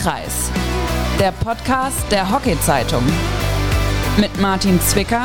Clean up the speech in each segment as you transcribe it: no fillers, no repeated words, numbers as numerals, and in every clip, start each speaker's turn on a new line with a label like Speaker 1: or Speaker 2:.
Speaker 1: Schusskreis, der Podcast der Hockey-Zeitung. Mit Martin Zwicker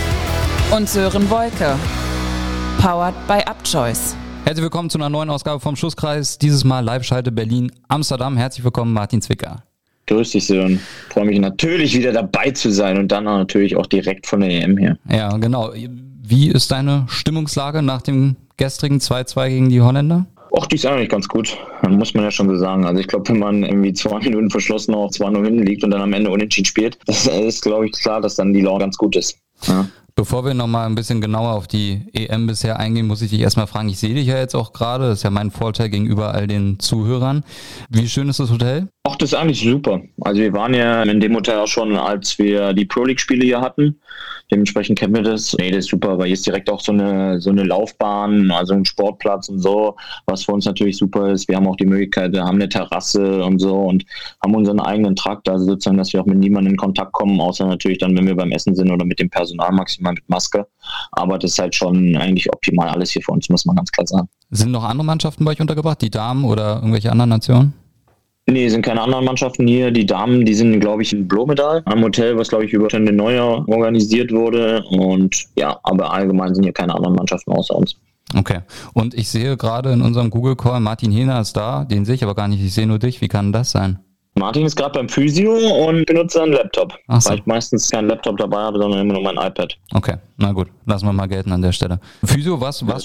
Speaker 1: und Sören Wolke. Powered by Upchoice.
Speaker 2: Herzlich willkommen zu einer neuen Ausgabe vom Schusskreis. Dieses Mal Live-Schalte Berlin-Amsterdam. Herzlich willkommen, Martin Zwicker.
Speaker 3: Grüß dich, Sören. Freue mich natürlich wieder dabei zu sein und dann natürlich auch direkt von der EM hier.
Speaker 2: Ja, genau. Wie ist deine Stimmungslage nach dem gestrigen 2-2 gegen die Holländer?
Speaker 3: Och, die ist eigentlich ganz gut, muss man ja schon so sagen. Also ich glaube, wenn man irgendwie 2 Minuten verschlossen auch 2-0 hinten liegt und dann am Ende unentschieden spielt, das ist, glaube ich, klar, dass dann die Laune ganz gut ist. Ja.
Speaker 2: Bevor wir nochmal ein bisschen genauer auf die EM bisher eingehen, muss ich dich erstmal fragen, ich sehe dich ja jetzt auch gerade, das ist ja mein Vorteil gegenüber all den Zuhörern. Wie schön ist das Hotel?
Speaker 3: Ach, das ist eigentlich super. Also wir waren ja in dem Hotel auch schon, als wir die Pro League Spiele hier hatten. Dementsprechend kennen wir das. Nee, das ist super, weil hier ist direkt auch so eine Laufbahn, also ein Sportplatz und so, was für uns natürlich super ist. Wir haben auch die Möglichkeit, wir haben eine Terrasse und so und haben unseren eigenen Trakt, also sozusagen, dass wir auch mit niemandem in Kontakt kommen, außer natürlich dann, wenn wir beim Essen sind oder mit dem Personal, maximal mit Maske. Aber das ist halt schon eigentlich optimal alles hier für uns, muss man ganz klar sagen.
Speaker 2: Sind noch andere Mannschaften bei euch untergebracht, die Damen oder irgendwelche anderen Nationen?
Speaker 3: Nee, sind keine anderen Mannschaften hier. Die Damen, die sind, glaube ich, in Blomedal am Hotel, was, glaube ich, über Tende Neuer organisiert wurde. Und ja, aber allgemein sind hier keine anderen Mannschaften außer uns.
Speaker 2: Okay. Und ich sehe gerade in unserem Google-Call, Martin Hehner ist da. Den sehe ich aber gar nicht. Ich sehe nur dich. Wie kann das sein?
Speaker 3: Martin ist gerade beim Physio und benutzt einen Laptop. So. Weil ich meistens keinen Laptop dabei habe, sondern immer nur mein iPad.
Speaker 2: Okay, na gut. Lassen wir mal gelten an der Stelle. Physio, warst du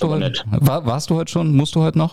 Speaker 2: heute schon? Musst du heute noch?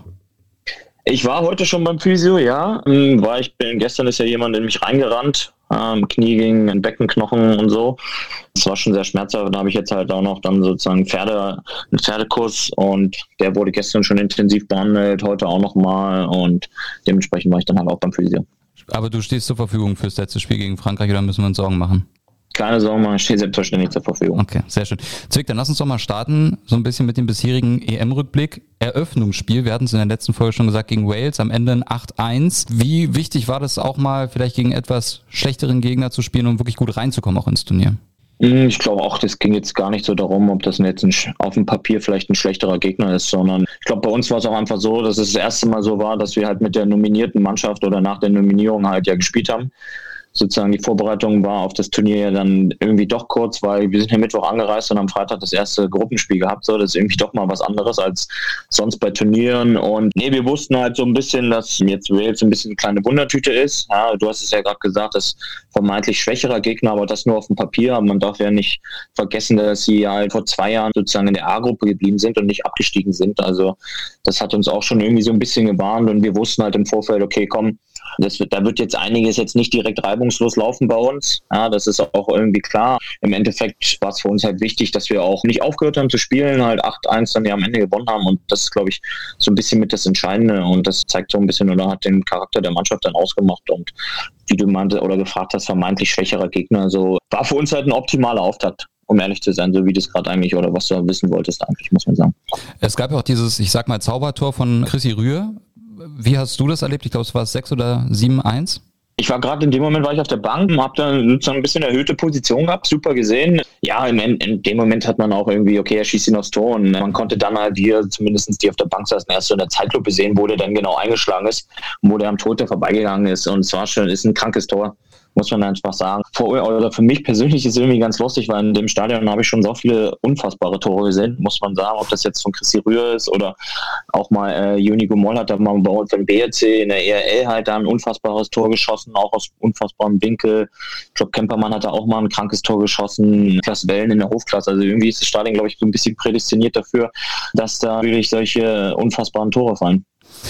Speaker 3: Ich war heute schon beim Physio, ja. Gestern ist ja jemand in mich reingerannt, Knie gegen den Beckenknochen und so. Das war schon sehr schmerzhaft. Da habe ich jetzt halt auch noch dann sozusagen einen Pferdekurs und der wurde gestern schon intensiv behandelt, heute auch nochmal und dementsprechend war ich dann halt auch beim Physio.
Speaker 2: Aber du stehst zur Verfügung fürs letzte Spiel gegen Frankreich oder müssen wir uns Sorgen machen?
Speaker 3: Keine Sorgen, man steht selbstverständlich zur Verfügung.
Speaker 2: Okay, sehr schön. Zwick, dann lass uns doch mal starten, so ein bisschen mit dem bisherigen EM-Rückblick. Eröffnungsspiel, wir hatten es in der letzten Folge schon gesagt, gegen Wales, am Ende ein 8-1. Wie wichtig war das auch mal, vielleicht gegen etwas schlechteren Gegner zu spielen, um wirklich gut reinzukommen auch ins Turnier?
Speaker 3: Ich glaube auch, das ging jetzt gar nicht so darum, ob das jetzt auf dem Papier vielleicht ein schlechterer Gegner ist, sondern ich glaube, bei uns war es auch einfach so, dass es das erste Mal so war, dass wir halt mit der nominierten Mannschaft oder nach der Nominierung halt ja gespielt haben. Sozusagen die Vorbereitung war auf das Turnier ja dann irgendwie doch kurz, weil wir sind ja Mittwoch angereist und am Freitag das erste Gruppenspiel gehabt. So, das ist irgendwie doch mal was anderes als sonst bei Turnieren. Und wir wussten halt so ein bisschen, dass jetzt Wales ein bisschen eine kleine Wundertüte ist. Ja, du hast es ja gerade gesagt, das ist vermeintlich schwächerer Gegner, aber das nur auf dem Papier. Aber man darf ja nicht vergessen, dass sie halt vor 2 Jahren sozusagen in der A-Gruppe geblieben sind und nicht abgestiegen sind. Also das hat uns auch schon irgendwie so ein bisschen gewarnt und wir wussten halt im Vorfeld, okay, komm, da wird jetzt einiges jetzt nicht direkt reibungslos laufen bei uns. Ja, das ist auch irgendwie klar. Im Endeffekt war es für uns halt wichtig, dass wir auch nicht aufgehört haben zu spielen, halt 8-1 dann ja am Ende gewonnen haben und das ist, glaube ich, so ein bisschen mit das Entscheidende und das zeigt so ein bisschen oder hat den Charakter der Mannschaft dann ausgemacht und wie du meinte oder gefragt hast, vermeintlich schwächerer Gegner. Also war für uns halt ein optimaler Auftakt, um ehrlich zu sein, so wie das gerade eigentlich oder was du wissen wolltest eigentlich, muss man sagen.
Speaker 2: Es gab ja auch dieses, ich sag mal, Zaubertor von Chrissy Rühr. Wie hast du das erlebt? Ich glaube, es war 6 oder 7-1.
Speaker 3: Ich war gerade in dem Moment, war ich auf der Bank und habe dann sozusagen ein bisschen erhöhte Position gehabt, super gesehen. Ja, in dem Moment hat man auch irgendwie, okay, er schießt ihn aufs Tor und man konnte dann halt hier, zumindest die auf der Bank saßen, erst so in der Zeitlupe sehen, wo der dann genau eingeschlagen ist und wo der am Torhüter vorbeigegangen ist und es war schon, ist ein krankes Tor. Muss man einfach sagen. Für mich persönlich ist es irgendwie ganz lustig, weil in dem Stadion habe ich schon so viele unfassbare Tore gesehen, muss man sagen, ob das jetzt von Chrissy Rühr ist oder auch mal Junigo Moll hat da mal bei uns beim BRC in der ERL halt da ein unfassbares Tor geschossen, auch aus unfassbarem Winkel. Ich glaube, Kempermann hat da auch mal ein krankes Tor geschossen, Niklas Wellen in der Hofklasse. Also irgendwie ist das Stadion, glaube ich, so ein bisschen prädestiniert dafür, dass da wirklich solche unfassbaren Tore fallen.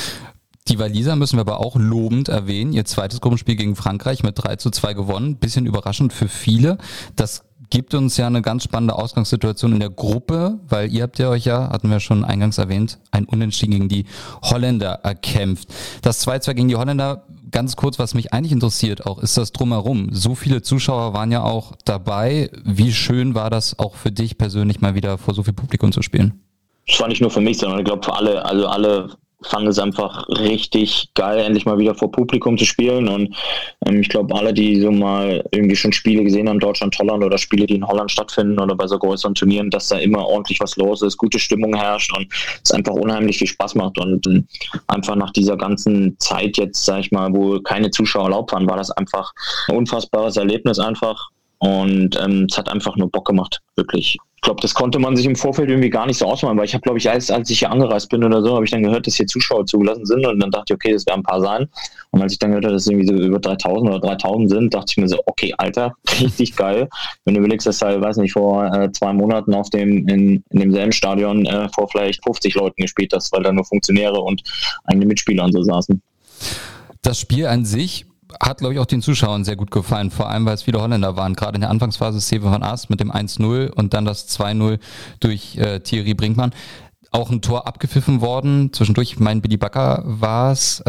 Speaker 2: Die Waliser müssen wir aber auch lobend erwähnen. Ihr zweites Gruppenspiel gegen Frankreich mit 3-2 gewonnen. Bisschen überraschend für viele. Das gibt uns ja eine ganz spannende Ausgangssituation in der Gruppe, weil ihr habt ja euch ja, hatten wir schon eingangs erwähnt, ein Unentschieden gegen die Holländer erkämpft. Das 2-2 gegen die Holländer, ganz kurz, was mich eigentlich interessiert auch, ist das Drumherum. So viele Zuschauer waren ja auch dabei. Wie schön war das auch für dich persönlich mal wieder vor so viel Publikum zu spielen?
Speaker 3: Das war nicht nur für mich, sondern ich glaube für alle fand es einfach richtig geil, endlich mal wieder vor Publikum zu spielen. Und ich glaube, alle, die so mal irgendwie schon Spiele gesehen haben, Deutschland, Holland oder Spiele, die in Holland stattfinden oder bei so größeren Turnieren, dass da immer ordentlich was los ist, gute Stimmung herrscht und es einfach unheimlich viel Spaß macht. Und einfach nach dieser ganzen Zeit jetzt, sag ich mal, wo keine Zuschauer erlaubt waren, war das einfach ein unfassbares Erlebnis einfach. Und es hat einfach nur Bock gemacht, wirklich. Ich glaube, das konnte man sich im Vorfeld irgendwie gar nicht so ausmalen, weil ich habe, glaube ich, als ich hier angereist bin oder so, habe ich dann gehört, dass hier Zuschauer zugelassen sind und dann dachte ich, okay, das werden ein paar sein. Und als ich dann gehört habe, dass es irgendwie so über 3.000 oder 3.000 sind, dachte ich mir so, okay, Alter, richtig geil. Wenn du überlegst, dass halt, weiß nicht, vor 2 Monaten in demselben Stadion vor vielleicht 50 Leuten gespielt hast, weil da nur Funktionäre und eigene Mitspieler und so saßen.
Speaker 2: Das Spiel an sich hat, glaube ich, auch den Zuschauern sehr gut gefallen, vor allem, weil es viele Holländer waren. Gerade in der Anfangsphase Steven van Ast mit dem 1-0 und dann das 2-0 durch Thierry Brinkmann. Auch ein Tor abgepfiffen worden. Zwischendurch, mein Billy Bakker war es.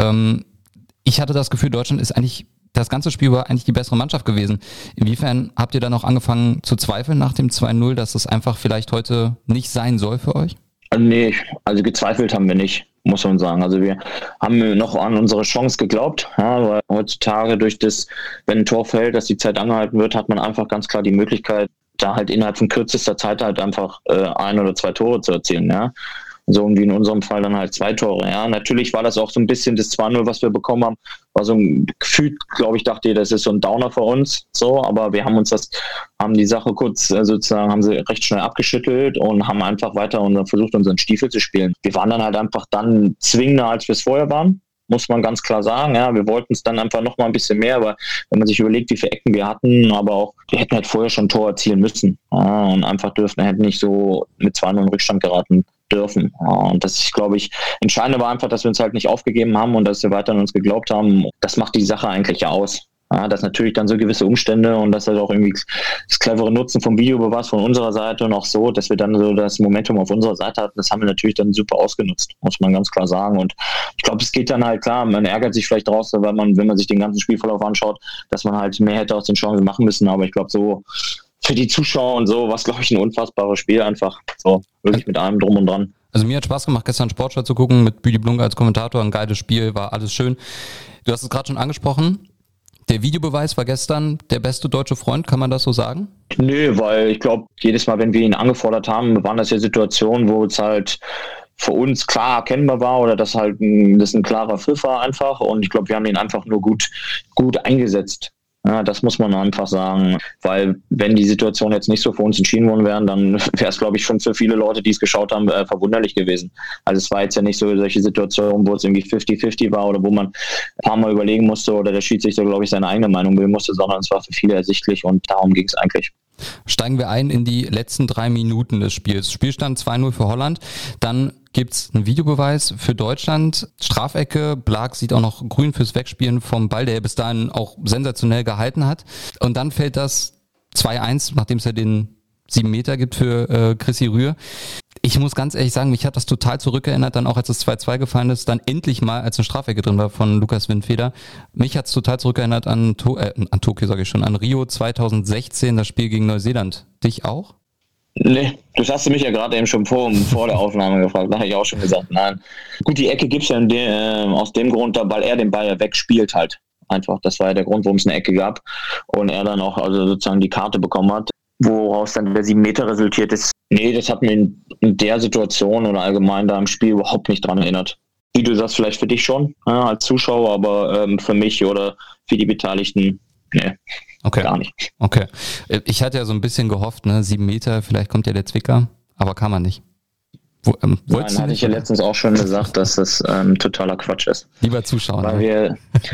Speaker 2: Ich hatte das Gefühl, Deutschland ist eigentlich, das ganze Spiel war eigentlich die bessere Mannschaft gewesen. Inwiefern habt ihr dann auch angefangen zu zweifeln nach dem 2-0, dass das einfach vielleicht heute nicht sein soll für euch?
Speaker 3: Nee, also gezweifelt haben wir nicht, muss man sagen. Also wir haben noch an unsere Chance geglaubt, ja, weil heutzutage durch das, wenn ein Tor fällt, dass die Zeit angehalten wird, hat man einfach ganz klar die Möglichkeit, da halt innerhalb von kürzester Zeit halt einfach 1 oder 2 Tore zu erzielen, ja. So wie in unserem Fall dann halt 2 Tore, ja. Natürlich war das auch so ein bisschen das 2-0, was wir bekommen haben, war so ein Gefühl, glaube ich, dachte, das ist so ein Downer für uns, so, aber wir haben die Sache kurz sozusagen, haben sie recht schnell abgeschüttelt und haben einfach weiter versucht, unseren Stiefel zu spielen. Wir waren dann halt einfach dann zwingender, als wir es vorher waren, muss man ganz klar sagen, ja, wir wollten es dann einfach noch mal ein bisschen mehr, aber wenn man sich überlegt, wie viele Ecken wir hatten, aber auch, wir hätten halt vorher schon ein Tor erzielen müssen, ja, und einfach hätten nicht so mit 2-0 in Rückstand geraten dürfen. Ja, und das ist, glaube ich, entscheidend war einfach, dass wir uns halt nicht aufgegeben haben und dass wir weiter an uns geglaubt haben. Das macht die Sache eigentlich ja aus. Ja, dass natürlich dann so gewisse Umstände und dass halt auch irgendwie das clevere Nutzen vom Videobeweis von unserer Seite und auch so, dass wir dann so das Momentum auf unserer Seite hatten, das haben wir natürlich dann super ausgenutzt, muss man ganz klar sagen. Und ich glaube, es geht dann halt klar, man ärgert sich vielleicht draus, weil wenn man sich den ganzen Spielverlauf anschaut, dass man halt mehr hätte aus den Chancen machen müssen. Aber ich glaube, so für die Zuschauer und so war es, glaube ich, ein unfassbares Spiel einfach. So, wirklich mit allem drum und dran.
Speaker 2: Also mir hat Spaß gemacht, gestern Sportschau zu gucken, mit Büdi Blunker als Kommentator, ein geiles Spiel, war alles schön. Du hast es gerade schon angesprochen, der Videobeweis war gestern der beste deutsche Freund, kann man das so sagen?
Speaker 3: Nö, weil ich glaube, jedes Mal, wenn wir ihn angefordert haben, waren das ja Situationen, wo es halt für uns klar erkennbar war oder dass halt das ein klarer Pfiff war einfach und ich glaube, wir haben ihn einfach nur gut eingesetzt. Ja, das muss man einfach sagen, weil wenn die Situation jetzt nicht so für uns entschieden worden wären, dann wäre es, glaube ich, schon für viele Leute, die es geschaut haben, verwunderlich gewesen. Also es war jetzt ja nicht so solche Situationen, wo es irgendwie 50-50 war oder wo man ein paar Mal überlegen musste oder der Schiedsrichter, glaube ich, seine eigene Meinung bilden musste, sondern es war für viele ersichtlich und darum ging es eigentlich.
Speaker 2: Steigen wir ein in die letzten 3 Minuten des Spiels. Spielstand 2-0 für Holland, dann gibt's einen Videobeweis für Deutschland, Strafecke, Blag sieht auch noch grün fürs Wegspielen vom Ball, der er bis dahin auch sensationell gehalten hat. Und dann fällt das 2-1, nachdem es ja den 7 Meter gibt für Chrissy Rühr. Ich muss ganz ehrlich sagen, mich hat das total zurückerinnert, dann auch als das 2-2 gefallen ist, dann endlich mal, als eine Strafecke drin war von Lukas Windfeder. Mich hat es total zurückerinnert an Tokio, sage ich schon, an Rio 2016, das Spiel gegen Neuseeland. Dich auch?
Speaker 3: Nee, das hast du mich ja gerade eben schon vor der Aufnahme gefragt, da habe ich auch schon gesagt, nein. Gut, die Ecke gibt es ja aus dem Grund, weil er den Ball ja wegspielt halt. Einfach, das war ja der Grund, warum es eine Ecke gab und er dann auch also sozusagen die Karte bekommen hat. Woraus dann der 7 Meter resultiert ist. Nee, das hat mir in der Situation oder allgemein da im Spiel überhaupt nicht dran erinnert. Wie du sagst, vielleicht für dich schon, ja, als Zuschauer, aber für mich oder für die Beteiligten, nee,
Speaker 2: okay.
Speaker 3: Gar nicht.
Speaker 2: Okay. Ich hatte ja so ein bisschen gehofft, 7 Meter, vielleicht kommt ja der Zwicker, aber kann man nicht.
Speaker 3: Nein, hatte ich ja letztens auch schon gesagt, dass das totaler Quatsch ist.
Speaker 2: Lieber Zuschauer.
Speaker 3: Weil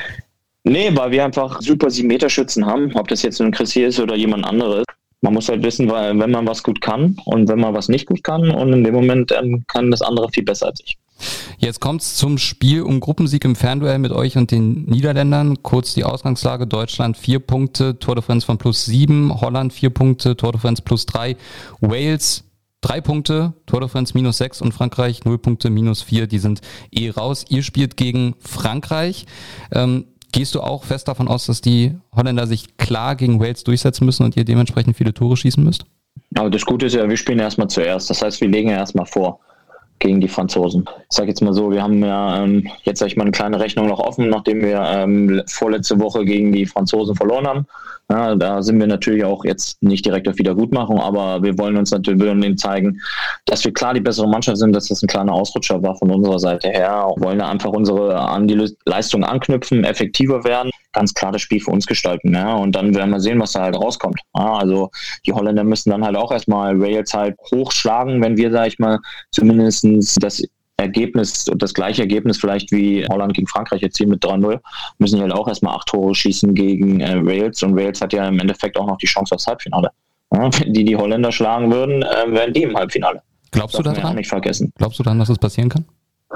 Speaker 3: wir einfach super 7 Meter Schützen haben, ob das jetzt ein Chrissy ist oder jemand anderes. Man muss halt wissen, weil wenn man was gut kann und wenn man was nicht gut kann und in dem Moment kann das andere viel besser als ich.
Speaker 2: Jetzt kommt's zum Spiel um Gruppensieg im Fernduell mit euch und den Niederländern. Kurz die Ausgangslage: Deutschland 4 Punkte, Tordifferenz von +7, Holland 4 Punkte, Tordifferenz +3, Wales 3 Punkte, Tordifferenz -6 und Frankreich 0 Punkte, -4. Die sind raus. Ihr spielt gegen Frankreich. Gehst du auch fest davon aus, dass die Holländer sich klar gegen Wales durchsetzen müssen und ihr dementsprechend viele Tore schießen müsst?
Speaker 3: Aber das Gute ist ja, wir spielen erstmal zuerst. Das heißt, wir legen ja erstmal vor. gegen die Franzosen. Ich sage jetzt mal so, wir haben ja jetzt, sag ich mal, eine kleine Rechnung noch offen, nachdem wir vorletzte Woche gegen die Franzosen verloren haben. Ja, da sind wir natürlich auch jetzt nicht direkt auf Wiedergutmachung, aber wir wollen uns natürlich denen zeigen, dass wir klar die bessere Mannschaft sind, dass das ein kleiner Ausrutscher war von unserer Seite her. Wir wollen da einfach an die Leistung anknüpfen, effektiver werden, ganz klar das Spiel für uns gestalten. Ja? Und dann werden wir sehen, was da halt rauskommt. Ja, also die Holländer müssen dann halt auch erstmal Wales halt hochschlagen, wenn wir, sag ich mal, zumindest das Ergebnis, das gleiche Ergebnis vielleicht wie Holland gegen Frankreich jetzt hier mit 3-0, müssen die halt auch erstmal 8 Tore schießen gegen Wales, und Wales hat ja im Endeffekt auch noch die Chance aufs Halbfinale. Ja, wenn die Holländer schlagen würden, wären die im Halbfinale.
Speaker 2: Glaubst du daran?
Speaker 3: Nicht vergessen.
Speaker 2: Glaubst du daran, dass das passieren kann?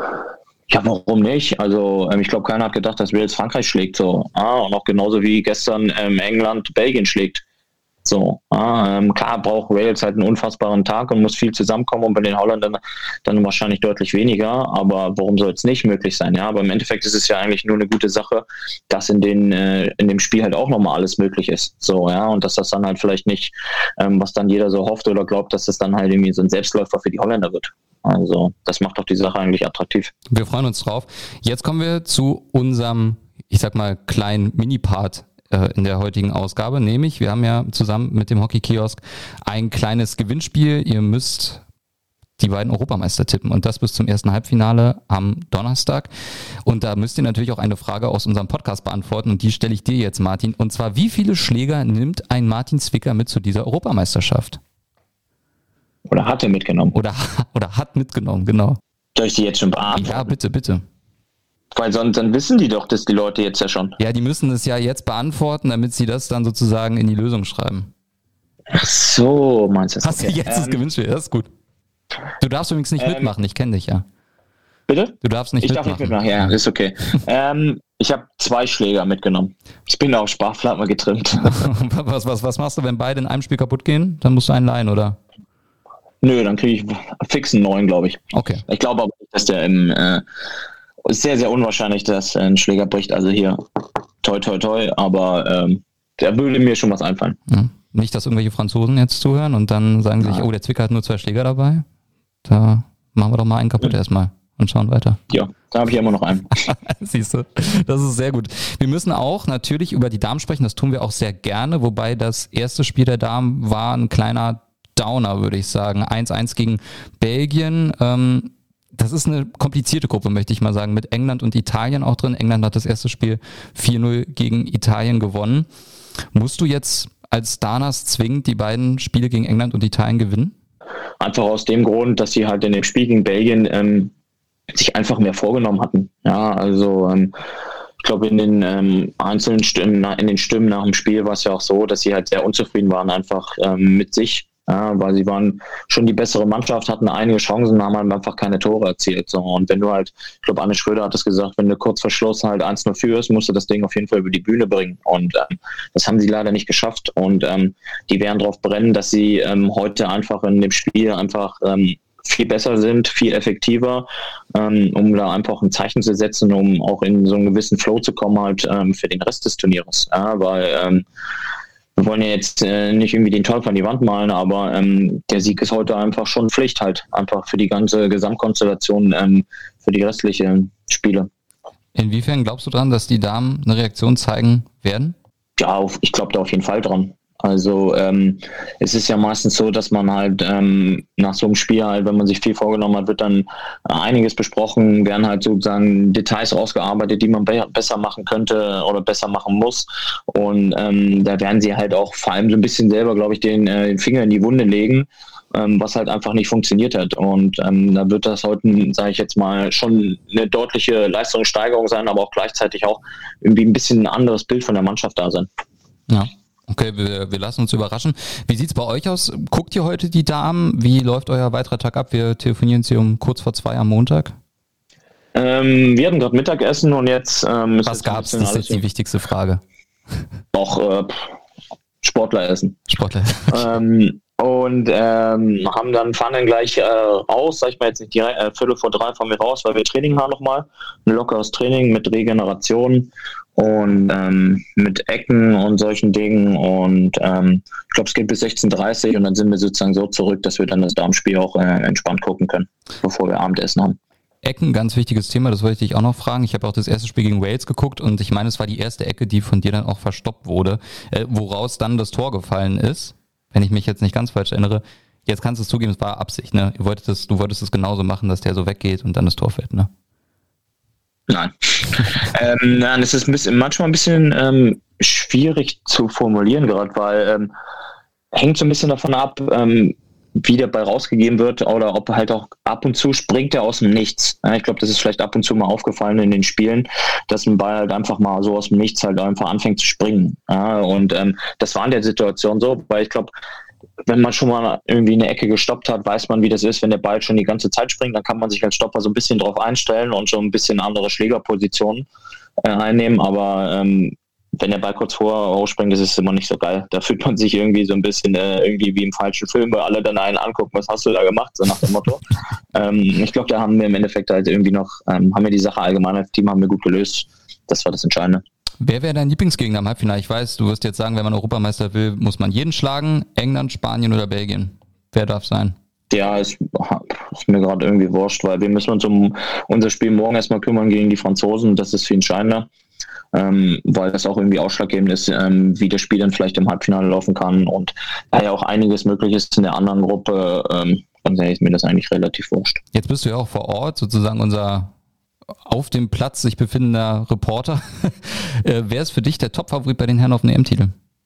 Speaker 3: Ja, warum nicht? Also ich glaube, keiner hat gedacht, dass Wales Frankreich schlägt. So. Und auch genauso wie gestern England Belgien schlägt. So, klar braucht Wales halt einen unfassbaren Tag und muss viel zusammenkommen, und bei den Holländern dann wahrscheinlich deutlich weniger, aber warum soll es nicht möglich sein? Ja, aber im Endeffekt ist es ja eigentlich nur eine gute Sache, dass in dem Spiel halt auch nochmal alles möglich ist. So, ja, und dass das dann halt vielleicht nicht, was dann jeder so hofft oder glaubt, dass das dann halt irgendwie so ein Selbstläufer für die Holländer wird. Also, das macht doch die Sache eigentlich attraktiv.
Speaker 2: Wir freuen uns drauf. Jetzt kommen wir zu unserem, ich sag mal, kleinen Mini-Part in der heutigen Ausgabe, nämlich wir haben ja zusammen mit dem Hockey-Kiosk ein kleines Gewinnspiel. Ihr müsst die beiden Europameister tippen, und das bis zum ersten Halbfinale am Donnerstag. Und da müsst ihr natürlich auch eine Frage aus unserem Podcast beantworten, und die stelle ich dir jetzt, Martin. Und zwar, wie viele Schläger nimmt ein Martin Zwicker mit zu dieser Europameisterschaft?
Speaker 3: Oder hat er mitgenommen?
Speaker 2: Oder hat mitgenommen, genau.
Speaker 3: Soll ich die jetzt schon beantworten?
Speaker 2: Ja, bitte.
Speaker 3: Weil sonst dann wissen die doch, dass die Leute jetzt ja schon.
Speaker 2: Ja, die müssen es ja jetzt beantworten, damit sie das dann sozusagen in die Lösung schreiben.
Speaker 3: Ach so, meinst du das?
Speaker 2: Hast du jetzt das Gewinnspiel? Das ist gut. Du darfst übrigens nicht mitmachen, ich kenne dich ja.
Speaker 3: Bitte?
Speaker 2: Du darfst nicht mitmachen.
Speaker 3: Ich darf nicht mitmachen, ja, ist okay. Ich habe 2 Schläger mitgenommen. Ich bin auf Sparflamme getrimmt.
Speaker 2: Was machst du, wenn beide in einem Spiel kaputt gehen? Dann musst du einen leihen, oder?
Speaker 3: Nö, dann kriege ich fix einen neuen, glaube ich.
Speaker 2: Okay.
Speaker 3: Ich glaube aber nicht, dass der ist sehr, sehr unwahrscheinlich, dass ein Schläger bricht. Also hier, toi, aber da würde mir schon was einfallen.
Speaker 2: Ja. Nicht, dass irgendwelche Franzosen jetzt zuhören und dann sagen sich, oh, der Zwicker hat nur 2 Schläger dabei. Da machen wir doch mal einen kaputt erstmal und schauen weiter.
Speaker 3: Ja, da habe ich immer noch einen.
Speaker 2: Siehst du, das ist sehr gut. Wir müssen auch natürlich über die Damen sprechen, das tun wir auch sehr gerne, wobei das erste Spiel der Damen war ein kleiner Downer, würde ich sagen. 1-1 gegen Belgien. Das ist eine komplizierte Gruppe, möchte ich mal sagen, mit England und Italien auch drin. England hat das erste Spiel 4-0 gegen Italien gewonnen. Musst du jetzt als Danas zwingend die beiden Spiele gegen England und Italien gewinnen?
Speaker 3: Einfach aus dem Grund, dass sie halt in dem Spiel gegen Belgien sich einfach mehr vorgenommen hatten. Ja, also ich glaube, in den einzelnen Stimmen, in den Stimmen nach dem Spiel war es ja auch so, dass sie halt sehr unzufrieden waren einfach mit sich. Ja, weil sie waren schon die bessere Mannschaft, hatten einige Chancen, haben halt einfach keine Tore erzielt. So. Und wenn du halt, ich glaube, Anne Schröder hat es gesagt, wenn du kurz vor Schluss halt 1-0 führst, musst du das Ding auf jeden Fall über die Bühne bringen. Und das haben sie leider nicht geschafft. Und die werden darauf brennen, dass sie heute einfach in dem Spiel einfach viel besser sind, viel effektiver, um da einfach ein Zeichen zu setzen, um auch in so einen gewissen Flow zu kommen halt für den Rest des Turnieres. Ja, weil wir wollen ja jetzt nicht irgendwie den Teufel an die Wand malen, aber der Sieg ist heute einfach schon Pflicht halt, einfach für die ganze Gesamtkonstellation, für die restlichen Spiele.
Speaker 2: Inwiefern glaubst du dran, dass die Damen eine Reaktion zeigen werden?
Speaker 3: Ja, ich glaube da auf jeden Fall dran. Also es ist ja meistens so, dass man halt nach so einem Spiel halt, wenn man sich viel vorgenommen hat, wird dann einiges besprochen, werden halt sozusagen Details rausgearbeitet, die man besser machen könnte oder besser machen muss. Und da werden sie halt auch vor allem so ein bisschen selber, glaube ich, den Finger in die Wunde legen, was halt einfach nicht funktioniert hat. Und da wird das heute, sage ich jetzt mal, schon eine deutliche Leistungssteigerung sein, aber auch gleichzeitig auch irgendwie ein bisschen ein anderes Bild von der Mannschaft da sein.
Speaker 2: Ja. Okay, wir lassen uns überraschen. Wie sieht's bei euch aus? Guckt ihr heute die Damen? Wie läuft euer weiterer Tag ab? Wir telefonieren sie um kurz vor 2 am Montag.
Speaker 3: Wir hatten gerade Mittagessen und jetzt...
Speaker 2: Was gab's? Das ist jetzt die wichtigste Frage.
Speaker 3: Auch Sportler essen.
Speaker 2: Sportler.
Speaker 3: Und fahren dann gleich raus, sag ich mal jetzt nicht direkt, 2:45 fahren wir raus, weil wir Training haben nochmal. Ein lockeres Training mit Regeneration und mit Ecken und solchen Dingen. Und ich glaube, es geht bis 16:30 und dann sind wir sozusagen so zurück, dass wir dann das Darmspiel auch entspannt gucken können, bevor wir Abendessen haben.
Speaker 2: Ecken, ganz wichtiges Thema, das wollte ich dich auch noch fragen. Ich habe auch das erste Spiel gegen Wales geguckt und ich meine, es war die erste Ecke, die von dir dann auch verstoppt wurde, woraus dann das Tor gefallen ist. Wenn ich mich jetzt nicht ganz falsch erinnere, jetzt kannst du es zugeben, es war Absicht, ne? Du wolltest es genauso machen, dass der so weggeht und dann das Tor fällt, ne?
Speaker 3: Nein. Nein, es ist manchmal ein bisschen schwierig zu formulieren gerade, weil hängt so ein bisschen davon ab, wie der Ball rausgegeben wird oder ob halt auch ab und zu springt er aus dem Nichts. Ja, ich glaube, das ist vielleicht ab und zu mal aufgefallen in den Spielen, dass ein Ball halt einfach mal so aus dem Nichts halt einfach anfängt zu springen. Ja, und das war in der Situation so, weil ich glaube, wenn man schon mal irgendwie eine Ecke gestoppt hat, weiß man, wie das ist, wenn der Ball schon die ganze Zeit springt, dann kann man sich als Stopper so ein bisschen drauf einstellen und schon ein bisschen andere Schlägerpositionen einnehmen, aber wenn der Ball kurz vorher rausspringt, das ist immer nicht so geil. Da fühlt man sich irgendwie so ein bisschen irgendwie wie im falschen Film, weil alle dann einen angucken, was hast du da gemacht, so nach dem Motto. Ich glaube, da haben wir im Endeffekt halt irgendwie noch, haben wir die Sache allgemein als Team haben wir gut gelöst. Das war das Entscheidende.
Speaker 2: Wer wäre dein Lieblingsgegner im Halbfinale? Ich weiß, du wirst jetzt sagen, wenn man Europameister will, muss man jeden schlagen. England, Spanien oder Belgien? Wer darf sein?
Speaker 3: Ja, ist mir gerade irgendwie wurscht, weil wir müssen uns um unser Spiel morgen erstmal kümmern gegen die Franzosen. Das ist viel entscheidender. Weil das auch irgendwie ausschlaggebend ist, wie das Spiel dann vielleicht im Halbfinale laufen kann und da ja auch einiges möglich ist in der anderen Gruppe, ganz ehrlich ist mir das eigentlich relativ wurscht.
Speaker 2: Jetzt bist du ja auch vor Ort, sozusagen unser auf dem Platz sich befindender Reporter. Wer ist für dich der Top-Favorit bei den Herren auf den EM-Titel?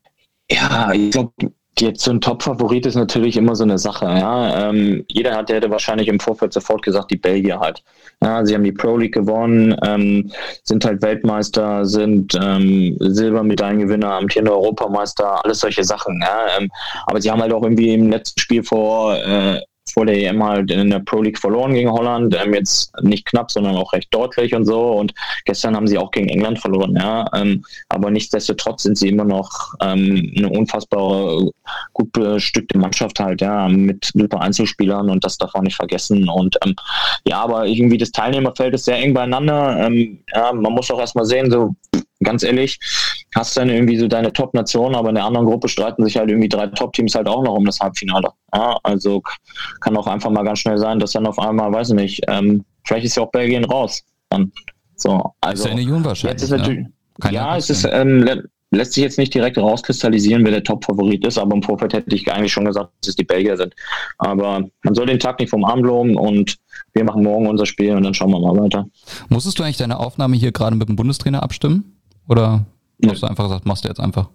Speaker 3: Ja, ich glaube, jetzt so ein Top-Favorit ist natürlich immer so eine Sache. Ja? Jeder hätte wahrscheinlich im Vorfeld sofort gesagt, die Belgier halt. Ja, sie haben die Pro League gewonnen, sind halt Weltmeister, sind Silbermedaillengewinner, amtierender Europameister, alles solche Sachen. Ja? Aber sie haben halt auch irgendwie im letzten Spiel vor der EM halt in der Pro League verloren gegen Holland, jetzt nicht knapp, sondern auch recht deutlich und so, und gestern haben sie auch gegen England verloren, ja, aber nichtsdestotrotz sind sie immer noch eine unfassbare, gut bestückte Mannschaft halt, ja, mit super Einzelspielern, und das darf man nicht vergessen, und ja, aber irgendwie das Teilnehmerfeld ist sehr eng beieinander, ja, man muss auch erstmal sehen, so ganz ehrlich, hast dann irgendwie so deine Top-Nation, aber in der anderen Gruppe streiten sich halt irgendwie 3 Top-Teams halt auch noch um das Halbfinale. Ja, also kann auch einfach mal ganz schnell sein, dass dann auf einmal, weiß ich nicht, vielleicht ist ja auch Belgien raus. Dann, so, also,
Speaker 2: ist ja nicht unwahrscheinlich.
Speaker 3: Jetzt ist natürlich, ja, es ist, lässt sich jetzt nicht direkt rauskristallisieren, wer der Top-Favorit ist, aber im Vorfeld hätte ich eigentlich schon gesagt, dass es die Belgier sind. Aber man soll den Tag nicht vom Arm loben, und wir machen morgen unser Spiel und dann schauen wir mal weiter.
Speaker 2: Musstest du eigentlich deine Aufnahme hier gerade mit dem Bundestrainer abstimmen? Oder hast du einfach gesagt, machst du jetzt einfach?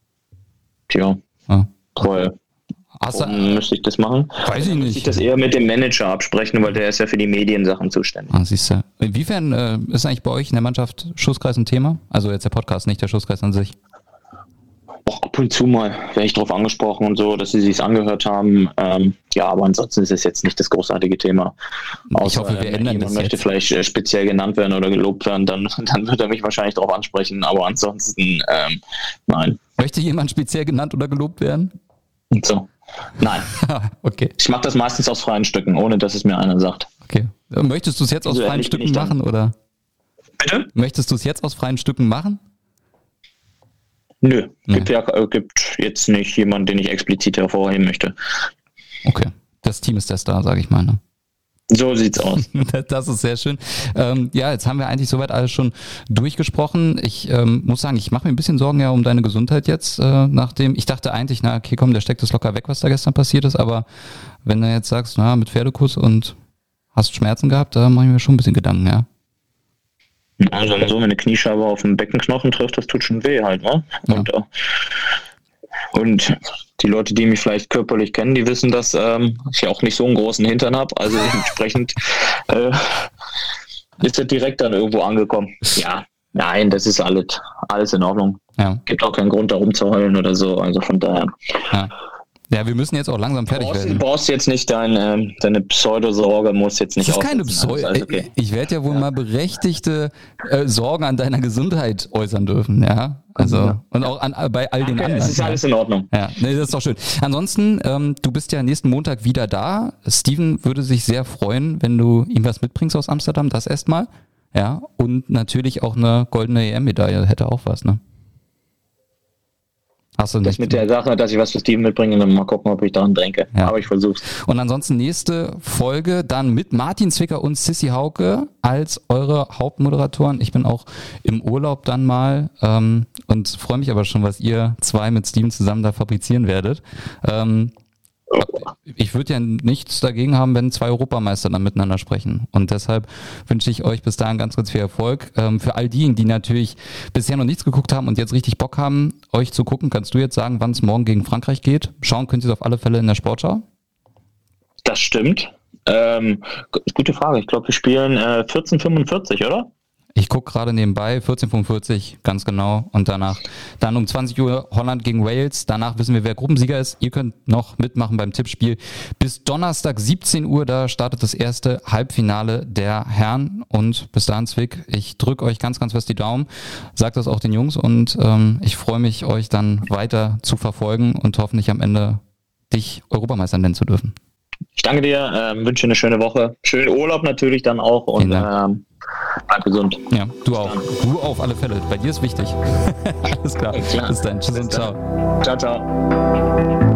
Speaker 3: Tja,
Speaker 2: ja.
Speaker 3: Toll. Warum müsste ich das machen?
Speaker 2: Weiß ich nicht.
Speaker 3: Müsste ich das eher mit dem Manager absprechen, weil der ist ja für die Mediensachen zuständig.
Speaker 2: Ah, siehst du. Inwiefern ist eigentlich bei euch in der Mannschaft Schusskreis ein Thema? Also jetzt der Podcast, nicht der Schusskreis an sich.
Speaker 3: Auch ab und zu mal werde ich darauf angesprochen und so, dass sie sich angehört haben. Ja, aber ansonsten ist es jetzt nicht das großartige Thema.
Speaker 2: Ich hoffe, wir ändern das.
Speaker 3: Jemand möchte vielleicht speziell genannt werden oder gelobt werden, dann wird er mich wahrscheinlich darauf ansprechen. Aber ansonsten, nein.
Speaker 2: Möchte jemand speziell genannt oder gelobt werden?
Speaker 3: So. Nein.
Speaker 2: Okay.
Speaker 3: Ich mache das meistens aus freien Stücken, ohne dass es mir einer sagt.
Speaker 2: Okay. Möchtest du es jetzt aus freien Stücken machen, oder?
Speaker 3: Bitte?
Speaker 2: Möchtest du es jetzt aus freien Stücken machen?
Speaker 3: Nö, gibt jetzt nicht jemanden, den ich explizit hervorheben möchte.
Speaker 2: Okay, das Team ist der Star, sage ich mal. Ne?
Speaker 3: So sieht's aus.
Speaker 2: Das ist sehr schön. Ja, jetzt haben wir eigentlich soweit alles schon durchgesprochen. Ich muss sagen, ich mache mir ein bisschen Sorgen ja um deine Gesundheit jetzt, nachdem ich dachte eigentlich, na okay, komm, der steckt das locker weg, was da gestern passiert ist, aber wenn du jetzt sagst, na, mit Pferdekuss und hast Schmerzen gehabt, da mache ich mir schon ein bisschen Gedanken, ja.
Speaker 3: Also wenn man so eine Kniescheibe auf den Beckenknochen trifft, das tut schon weh halt, ne? Ja. Und die Leute, die mich vielleicht körperlich kennen, die wissen, dass ich ja auch nicht so einen großen Hintern habe. Also entsprechend ist er direkt dann irgendwo angekommen. Ja, nein, das ist alles in Ordnung.
Speaker 2: Ja.
Speaker 3: Gibt auch keinen Grund, da rumzuheulen oder so. Also von daher.
Speaker 2: Ja. Ja, wir müssen jetzt auch langsam fertig werden.
Speaker 3: Du brauchst jetzt nicht deine Pseudosorge, muss jetzt nicht.
Speaker 2: Das ist keine Pseudo. Okay. Ich werde ja wohl mal berechtigte Sorgen an deiner Gesundheit äußern dürfen, ja. Also und auch bei all den anderen.
Speaker 3: Es ist alles in Ordnung.
Speaker 2: Ja, nee, das ist doch schön. Ansonsten, du bist ja nächsten Montag wieder da. Steven würde sich sehr freuen, wenn du ihm was mitbringst aus Amsterdam, das erstmal. Ja, und natürlich auch eine goldene EM-Medaille, hätte auch was, ne? Hast du nicht?
Speaker 3: Das mit der Sache, dass ich was für Steven mitbringe, dann mal gucken, ob ich daran denke.
Speaker 2: Ja.
Speaker 3: Aber ich versuch's.
Speaker 2: Und ansonsten nächste Folge dann mit Martin Zwicker und Sissi Hauke als eure Hauptmoderatoren. Ich bin auch im Urlaub dann mal und freue mich aber schon, was ihr zwei mit Steven zusammen da fabrizieren werdet. Ich würde ja nichts dagegen haben, wenn zwei Europameister dann miteinander sprechen. Und deshalb wünsche ich euch bis dahin ganz, ganz viel Erfolg. Für all diejenigen, die natürlich bisher noch nichts geguckt haben und jetzt richtig Bock haben, euch zu gucken, kannst du jetzt sagen, wann es morgen gegen Frankreich geht? Schauen könnt ihr es auf alle Fälle in der Sportschau? Das
Speaker 3: stimmt. Gute Frage. Ich glaube, wir spielen 14:45, oder?
Speaker 2: Ich gucke gerade nebenbei, 14:45, ganz genau. Und danach, dann um 20 Uhr Holland gegen Wales. Danach wissen wir, wer Gruppensieger ist. Ihr könnt noch mitmachen beim Tippspiel. Bis Donnerstag 17 Uhr, da startet das erste Halbfinale der Herren. Und bis dahin, Zwick, ich drücke euch ganz, ganz fest die Daumen. Sagt das auch den Jungs. Und ich freue mich, euch dann weiter zu verfolgen und hoffentlich am Ende dich Europameister nennen zu dürfen.
Speaker 3: Ich danke dir, wünsche eine schöne Woche. Schönen Urlaub natürlich dann auch. Und bleib gesund.
Speaker 2: Ja, du auch. Du auf alle Fälle. Bei dir ist wichtig. Alles klar. Bis dann. Tschüss und ciao.
Speaker 3: Ciao, ciao.